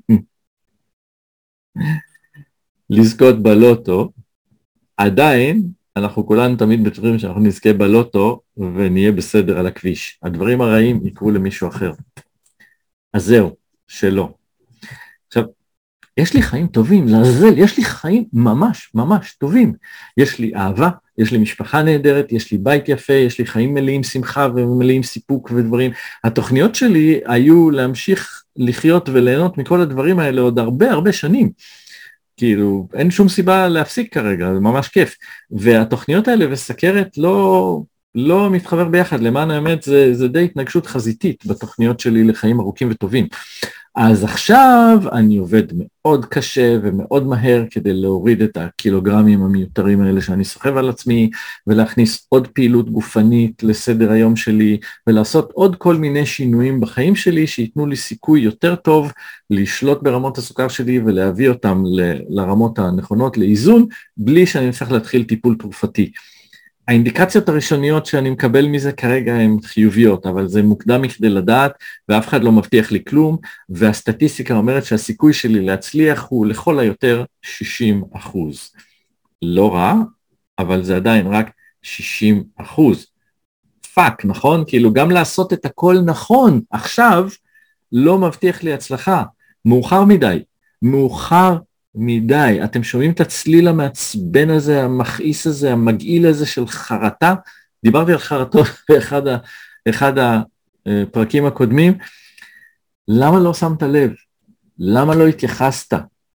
לזכות בלוטו, עדיין אנחנו כולנו תמיד בטוחים שאנחנו נזכה בלוטו ונהיה בסדר על הכביש. הדברים הרעים יקרו למישהו אחר. אז זהו, שלא. עכשיו, יש לי חיים טובים, לעזל, יש לי חיים ממש ממש טובים. יש לי אהבה, יש לי משפחה נהדרת, יש לי בית יפה, יש לי חיים מלאים שמחה ומלאים סיפוק ודברים. התוכניות שלי היו להמשיך לחיות וליהנות מכל הדברים האלה עוד הרבה הרבה שנים. כאילו, אין שום סיבה להפסיק כרגע, זה ממש כיף. והתוכניות האלה וסכרת לא מתחבר ביחד, למען האמת זה די התנגשות חזיתית בתוכניות שלי לחיים ארוכים וטובים. אז עכשיו אני עובד מאוד קשה ומאוד מהר כדי להוריד את הקילוגרמים המיותרים האלה שאני סוחב על עצמי, ולהכניס עוד פעילות גופנית לסדר היום שלי, ולעשות עוד כל מיני שינויים בחיים שלי שיתנו לי סיכוי יותר טוב לשלוט ברמות הסוכר שלי ולהביא אותם לרמות הנכונות לאיזון, בלי שאני צריך להתחיל טיפול תרופתי. האינדיקציות הראשוניות שאני מקבל מזה כרגע הן חיוביות, אבל זה מוקדם מכדי לדעת, ואף אחד לא מבטיח לי כלום, והסטטיסטיקה אומרת שהסיכוי שלי להצליח הוא לכל היותר 60%. לא רע, אבל זה עדיין רק 60%. פאק, נכון? כאילו גם לעשות את הכל נכון, עכשיו לא מבטיח לי הצלחה. מאוחר מדי, אתם שומעים את הצליל המעצבן הזה, המכעיס הזה, המגעיל הזה של חרטה? דיברתי על חרטות באחד הפרקים הקודמים. למה לא שמת לב? למה לא התייחסת?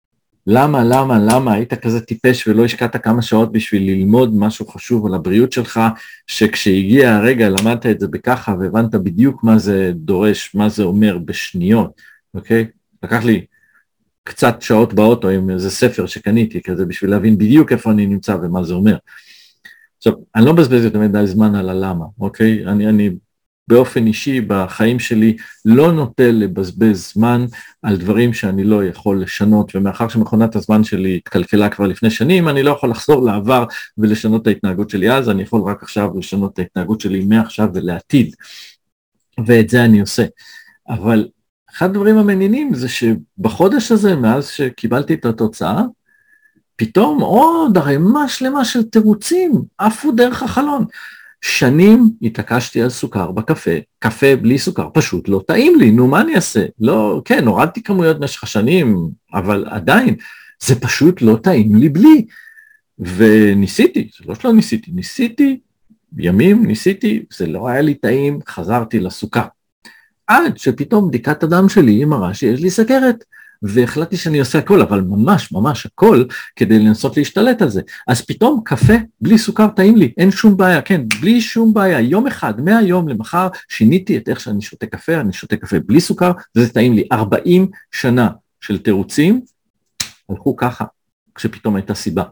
למה? היית כזה טיפש ולא השקעת כמה שעות בשביל ללמוד משהו חשוב על הבריאות שלך, שכשהגיע הרגע למדת את זה בככה והבנת בדיוק מה זה דורש, מה זה אומר בשניות, אוקיי? לקח לי קצת שעות באוטו עם איזה ספר שקניתי כזה בשביל להבין בדיוק איפה אני נמצא ומה זה אומר. עכשיו, אני לא מבזבז יותר מדי זמן על הלמה, אוקיי? אני באופן אישי בחיים שלי לא נוטה לבזבז זמן על דברים שאני לא יכול לשנות, ומאחר שמכונת הזמן שלי התקלקלה כבר לפני שנים, אני לא יכול לחזור לעבר ולשנות את ההתנהגות שלי אז, אני יכול רק עכשיו לשנות את ההתנהגות שלי מעכשיו ולעתיד, ואת זה אני עושה. אבל אחד הדברים המעניינים זה שבחודש הזה, מאז שקיבלתי את התוצאה, פתאום עוד הרמה שלמה של תירוצים עפו דרך החלון. שנים התעקשתי על סוכר בקפה, קפה בלי סוכר פשוט לא טעים לי, נו מה אני אעשה? לא, כן, הורדתי כמויות במשך השנים, אבל עדיין זה פשוט לא טעים לי בלי. וניסיתי, זה לא שלא ניסיתי, ימים ניסיתי, זה לא היה לי טעים, חזרתי לסוכר. עד שפתאום בדיקת הדם שלי מראה שיש לי סכרת, והחלטתי שאני עושה הכל, אבל ממש הכל, כדי לנסות להשתלט על זה. אז פתאום קפה בלי סוכר טעים לי, אין שום בעיה, כן, בלי שום בעיה, יום אחד, מהיום למחר, שיניתי את איך שאני שותה קפה, אני שותה קפה בלי סוכר, וזה טעים לי. 40 שנה של תירוצים, הלכו ככה, כשפתאום הייתה סיבה.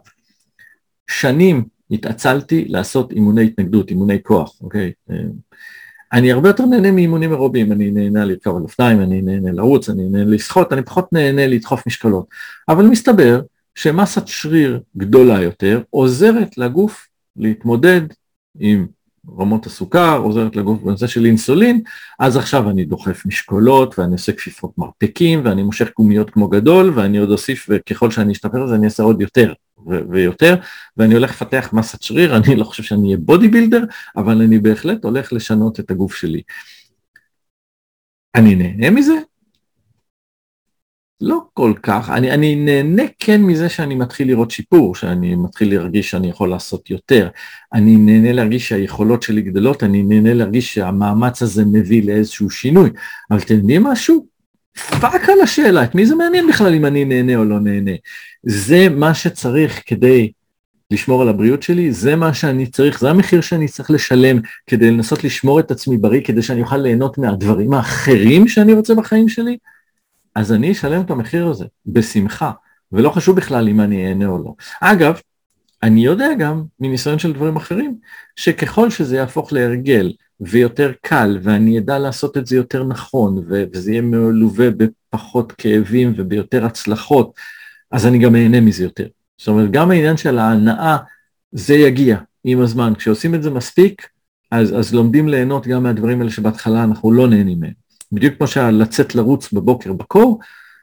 שנים התעצלתי לעשות אימוני התנגדות, אימוני כוח, אוקיי? אני הרבה יותר נהנה מאימונים אירוביים, אני נהנה לרכב על אופניים, אני נהנה לרוץ, אני נהנה לשחות, אני פחות נהנה לדחוף משקלות. אבל מסתבר שמסת שריר גדולה יותר עוזרת לגוף להתמודד עם רמות הסוכר, עוזרת לגוף בנושא של אינסולין, אז עכשיו אני דוחף משקולות ואני עושה כפיפות מרפקים ואני מושך גומיות כמו גדול ואני עוד אוסיף, וככל שאני אשתפר אז אני אעשה עוד יותר ויותר, ואני הולך לפתח מסת שריר. אני לא חושב שאני אהיה בודי בילדר, אבל אני בהחלט הולך לשנות את הגוף שלי. אני נהנה מזה? לא כל כך, אני נהנה כן מזה שאני מתחיל לראות שיפור, שאני מתחיל להרגיש שאני יכול לעשות יותר, אני נהנה להרגיש שהיכולות שלי גדלות, אני נהנה להרגיש שהמאמץ הזה מביא לאיזשהו שינוי, אבל אתם יודעים משהו? פאק על השאלה, את מי זה מעניין בכלל אם אני נהנה או לא נהנה? זה מה שצריך כדי לשמור על הבריאות שלי, זה מה שאני צריך, זה המחיר שאני צריך לשלם כדי לנסות לשמור את עצמי בריא, כדי שאני אוכל ליהנות מהדברים האחרים שאני רוצה בחיים שלי, אז אני אשלם את המחיר הזה בשמחה, ולא חשוב בכלל אם אני אהנה או לא. אגב, אני יודע גם מניסיון של דברים אחרים, שככל שזה יהפוך להרגל ויותר קל, ואני אדע לעשות את זה יותר נכון, וזה יהיה מלווה בפחות כאבים וביותר הצלחות, אז אני גם אהנה מזה יותר. זאת אומרת, גם העניין של ההנאה, זה יגיע עם הזמן. כשעושים את זה מספיק, אז לומדים ליהנות גם מהדברים האלה שבהתחלה אנחנו לא נהנים מהם. בדיוק כמו שלצאת לרוץ בבוקר בקור,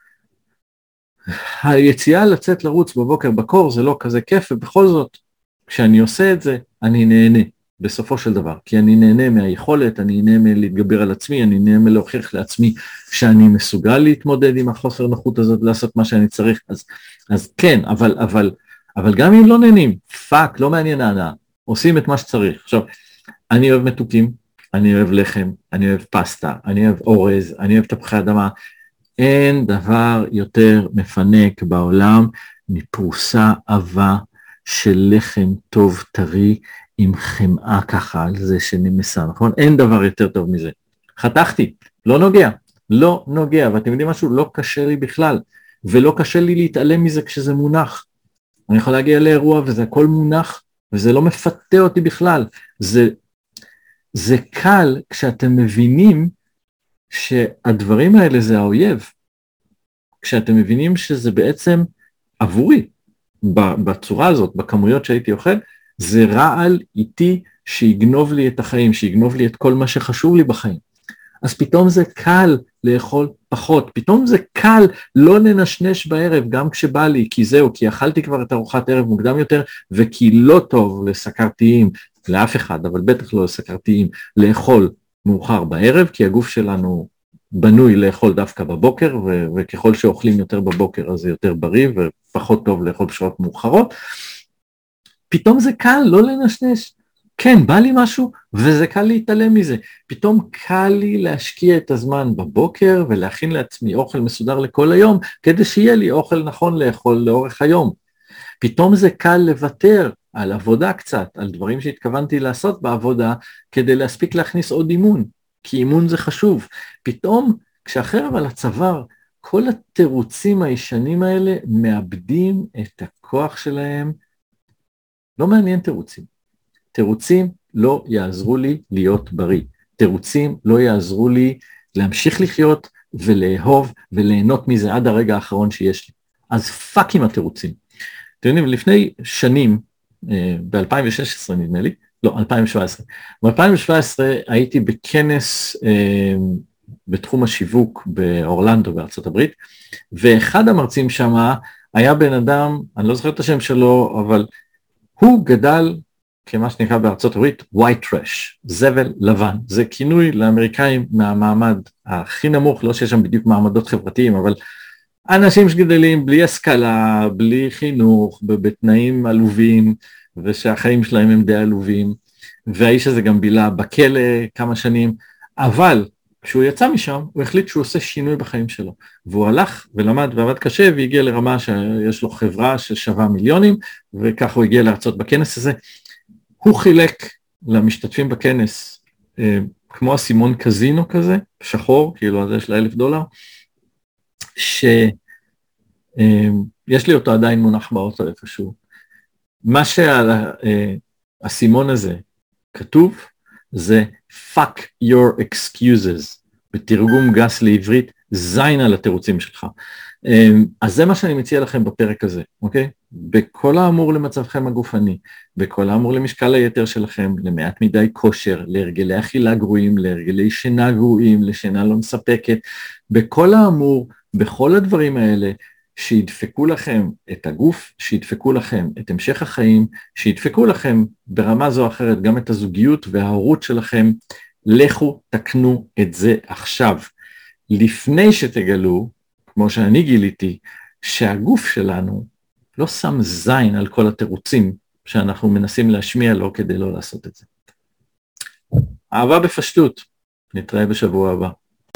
היציאה לצאת לרוץ בבוקר בקור זה לא כזה כיף, ובכל זאת, כשאני עושה את זה, אני נהנה בסופו של דבר, כי אני נהנה מהיכולת, אני נהנה מלהתגבר על עצמי, אני נהנה מלהוכיח לעצמי שאני מסוגל להתמודד עם החוסר נוחות הזאת, לעשות מה שאני צריך, אז כן, אבל גם אם לא נהנים, פאק, לא מעניין ההנאה, עושים את מה שצריך. עכשיו, אני אוהב מתוקים, אני אוהב לחם, אני אוהב פסטה, אני אוהב אורז, אני אוהב תפוחי אדמה, אין דבר יותר מפנק בעולם מפרוסה עבה של לחם טוב טרי עם חמאה ככה על זה שנמסה, נכון? אין דבר יותר טוב מזה. חתכתי, לא נוגע, ואתם יודעים משהו? לא קשה לי בכלל, ולא קשה לי להתעלם מזה כשזה מונח. אני יכול להגיע לאירוע וזה הכל מונח, וזה לא מפתה אותי בכלל. זה קל כשאתם מבינים שהדברים האלה זה האויב, כשאתם מבינים שזה בעצם עבורי, בצורה הזאת, בכמויות שהייתי אוכל, זה רעל איתי שיגנוב לי את החיים, שיגנוב לי את כל מה שחשוב לי בחיים. אז פתאום זה קל לאכול פחות, פתאום זה קל לא לנשנש בערב, גם כשבא לי, כי זהו, כי אכלתי כבר את ארוחת ערב מוקדם יותר, וכי לא טוב לסכרתיים, לאף אחד, אבל בטח לא לסכרתיים, לאכול מאוחר בערב, כי הגוף שלנו בנוי לאכול דווקא בבוקר, וככל שאוכלים יותר בבוקר אז זה יותר בריא, ופחות טוב לאכול בשעות מאוחרות. פתאום זה קל לא לנשנש. כן, בא לי משהו, וזה קל להתעלם מזה. פתאום קל לי להשקיע את הזמן בבוקר, ולהכין לעצמי אוכל מסודר לכל היום, כדי שיהיה לי אוכל נכון לאכול לאורך היום. פתאום זה קל לוותר על עבודה קצת, על דברים שהתכוונתי לעשות בעבודה, כדי להספיק להכניס עוד אימון, כי אימון זה חשוב. פתאום, כשהחרב על הצוואר, כל התירוצים הישנים האלה מאבדים את הכוח שלהם. לא מעניין תירוצים. תירוצים לא יעזרו לי להיות בריא. תירוצים לא יעזרו לי להמשיך לחיות ולאהוב וליהנות מזה עד הרגע האחרון שיש לי. אז פאק עם התירוצים. אתם יודעים, לפני שנים, ב-2016 נדמה לי, לא, 2017. ב-2017 הייתי בכנס בתחום השיווק באורלנדו בארצות הברית, ואחד המרצים שם היה בן אדם, אני לא זוכר את השם שלו, אבל הוא גדל כמה שנקרא בארצות הברית, white trash, זבל לבן. זה כינוי לאמריקאים מהמעמד הכי נמוך, לא שיש שם בדיוק מעמדות חברתיים, אבל אנשים שגדלים בלי השכלה, בלי חינוך, בתנאים עלובים, ושהחיים שלהם הם די עלובים, והאיש הזה גם בילה בכלא כמה שנים, אבל כשהוא יצא משם, הוא החליט שהוא עושה שינוי בחיים שלו, והוא הלך ולמד ועבד קשה, והגיע לרמה שיש לו חברה ששווה מיליונים, וכך הוא הגיע לארצות בכנס הזה. הוא חילק למשתתפים בכנס, כמו הסימון קזינו כזה, שחור, כאילו אז יש לה $1,000, שיש לי אותו עדיין מונח באוטו איפשהו. מה שעל הסימון הזה כתוב, זה fuck your excuses, בתרגום גס לעברית, זין על התירוצים שלך. אז זה מה שאני מציע לכם בפרק הזה, אוקיי? בכל האמור למצבכם הגופני, בכל האמור למשקל היתר שלכם, למעט מדי כושר, להרגלי אכילה גרועים, להרגלי שינה גרועים, לשינה לא מספקת, בכל האמור, בכל הדברים האלה, שידפקו לכם את הגוף, שידפקו לכם את המשך החיים, שידפקו לכם ברמה זו או אחרת גם את הזוגיות וההורות שלכם, לכו תקנו את זה עכשיו. לפני שתגלו, כמו שאני גיליתי, שהגוף שלנו לא שם זין על כל התירוצים שאנחנו מנסים להשמיע לו כדי לא לעשות את זה. אהבה בפשטות, נתראה בשבוע הבא.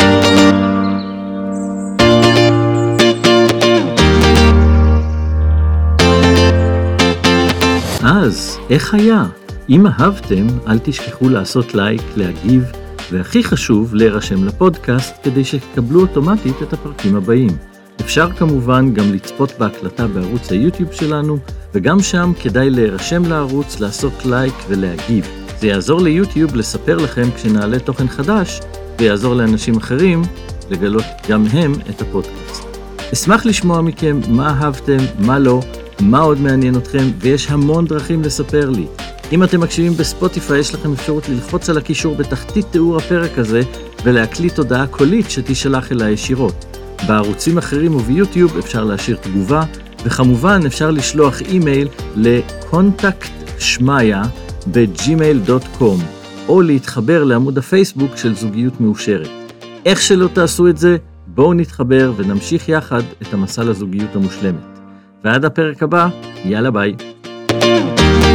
אז, איך היה? אם אהבתם, אל תשכחו לעשות לייק, להגיב, והכי חשוב, להירשם לפודקאסט כדי שתקבלו אוטומטית את הפרקים הבאים. אפשר כמובן גם לצפות בהקלטה בערוץ היוטיוב שלנו, וגם שם כדאי להירשם לערוץ, לעשות לייק ולהגיב. זה יעזור ליוטיוב לספר לכם כשנעלה תוכן חדש, ויעזור לאנשים אחרים לגלות גם הם את הפודקאסט. אשמח לשמוע מכם מה אהבתם, מה לא, מה עוד מעניין אתכם, ויש המון דרכים לספר לי. אם אתם מקשיבים בספוטיפיי, יש לכם אפשרות ללחוץ על הקישור בתחתית תיאור הפרק הזה, ולהקליט הודעה קולית שתשלח אליי ישירות. בערוצים אחרים וביוטיוב אפשר להשאיר תגובה, וכמובן אפשר לשלוח אימייל ל-contactshmaya@gmail.com, או להתחבר לעמוד הפייסבוק של זוגיות מאושרת. איך שלא תעשו את זה, בואו נתחבר ונמשיך יחד את המסע לזוגיות המושלמת. ועד הפרק הבא, יאללה ביי.